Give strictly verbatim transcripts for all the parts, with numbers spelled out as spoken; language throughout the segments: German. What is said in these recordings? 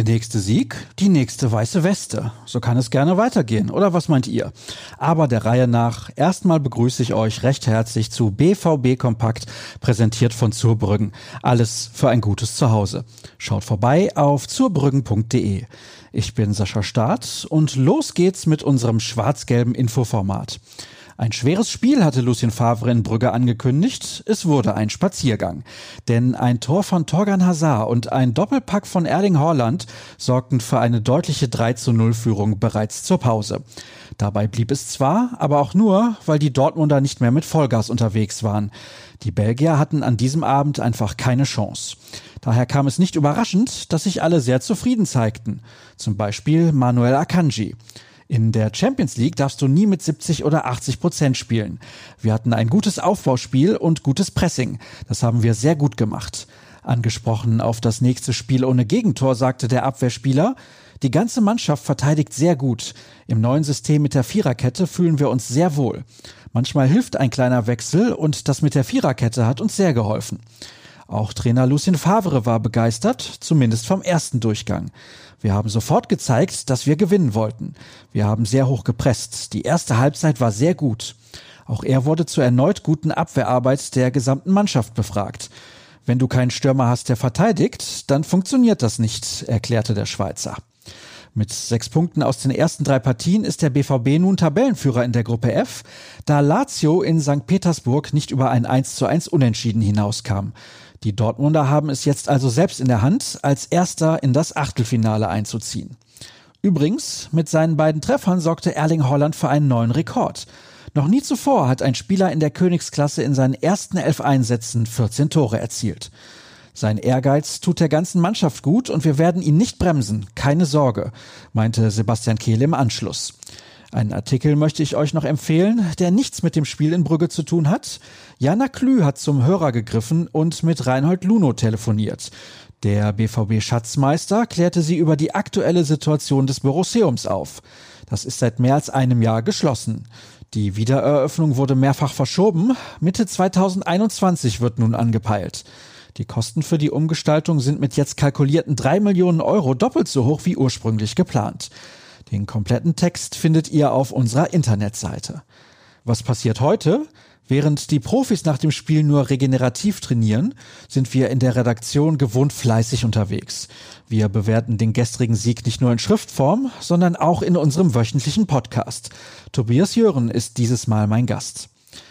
Der nächste Sieg, die nächste weiße Weste. So kann es gerne weitergehen, oder was meint ihr? Aber der Reihe nach, erstmal begrüße ich euch recht herzlich zu B V B Kompakt, präsentiert von Zurbrüggen. Alles für ein gutes Zuhause. Schaut vorbei auf zurbrüggen punkt de. Ich bin Sascha Staat und los geht's mit unserem schwarz-gelben Infoformat. Ein schweres Spiel hatte Lucien Favre in Brügge angekündigt. Es wurde ein Spaziergang. Denn ein Tor von Thorgan Hazard und ein Doppelpack von Erling Haaland sorgten für eine deutliche drei zu null Führung bereits zur Pause. Dabei blieb es zwar, aber auch nur, weil die Dortmunder nicht mehr mit Vollgas unterwegs waren. Die Belgier hatten an diesem Abend einfach keine Chance. Daher kam es nicht überraschend, dass sich alle sehr zufrieden zeigten. Zum Beispiel Manuel Akanji. In der Champions League darfst du nie mit siebzig oder achtzig Prozent spielen. Wir hatten ein gutes Aufbauspiel und gutes Pressing. Das haben wir sehr gut gemacht. Angesprochen auf das nächste Spiel ohne Gegentor, sagte der Abwehrspieler: Die ganze Mannschaft verteidigt sehr gut. Im neuen System mit der Viererkette fühlen wir uns sehr wohl. Manchmal hilft ein kleiner Wechsel und das mit der Viererkette hat uns sehr geholfen. Auch Trainer Lucien Favre war begeistert, zumindest vom ersten Durchgang. Wir haben sofort gezeigt, dass wir gewinnen wollten. Wir haben sehr hoch gepresst. Die erste Halbzeit war sehr gut. Auch er wurde zur erneut guten Abwehrarbeit der gesamten Mannschaft befragt. Wenn du keinen Stürmer hast, der verteidigt, dann funktioniert das nicht, erklärte der Schweizer. Mit sechs Punkten aus den ersten drei Partien ist der B V B nun Tabellenführer in der Gruppe F, da Lazio in Sankt Petersburg nicht über ein eins zu eins Unentschieden hinauskam. Die Dortmunder haben es jetzt also selbst in der Hand, als Erster in das Achtelfinale einzuziehen. Übrigens, mit seinen beiden Treffern sorgte Erling Haaland für einen neuen Rekord. Noch nie zuvor hat ein Spieler in der Königsklasse in seinen ersten elf Einsätzen vierzehn Tore erzielt. Sein Ehrgeiz tut der ganzen Mannschaft gut und wir werden ihn nicht bremsen, keine Sorge, meinte Sebastian Kehl im Anschluss. Einen Artikel möchte ich euch noch empfehlen, der nichts mit dem Spiel in Brügge zu tun hat. Jana Klü hat zum Hörer gegriffen und mit Reinhold Luno telefoniert. Der B V B-Schatzmeister klärte sie über die aktuelle Situation des Borosseums auf. Das ist seit mehr als einem Jahr geschlossen. Die Wiedereröffnung wurde mehrfach verschoben. Mitte zweitausendeinundzwanzig wird nun angepeilt. Die Kosten für die Umgestaltung sind mit jetzt kalkulierten drei Millionen Euro doppelt so hoch wie ursprünglich geplant. Den kompletten Text findet ihr auf unserer Internetseite. Was passiert heute? Während die Profis nach dem Spiel nur regenerativ trainieren, sind wir in der Redaktion gewohnt fleißig unterwegs. Wir bewerten den gestrigen Sieg nicht nur in Schriftform, sondern auch in unserem wöchentlichen Podcast. Tobias Jören ist dieses Mal mein Gast.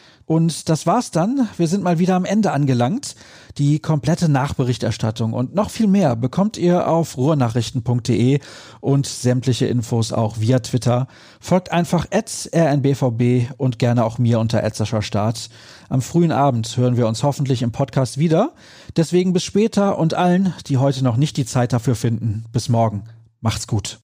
Und das war's dann. Wir sind mal wieder am Ende angelangt. Die komplette Nachberichterstattung und noch viel mehr bekommt ihr auf ruhrnachrichten punkt de und sämtliche Infos auch via Twitter. Folgt einfach at r n b v b und gerne auch mir unter at Sascha Staat. Am frühen Abend hören wir uns hoffentlich im Podcast wieder. Deswegen bis später und allen, die heute noch nicht die Zeit dafür finden, bis morgen. Macht's gut.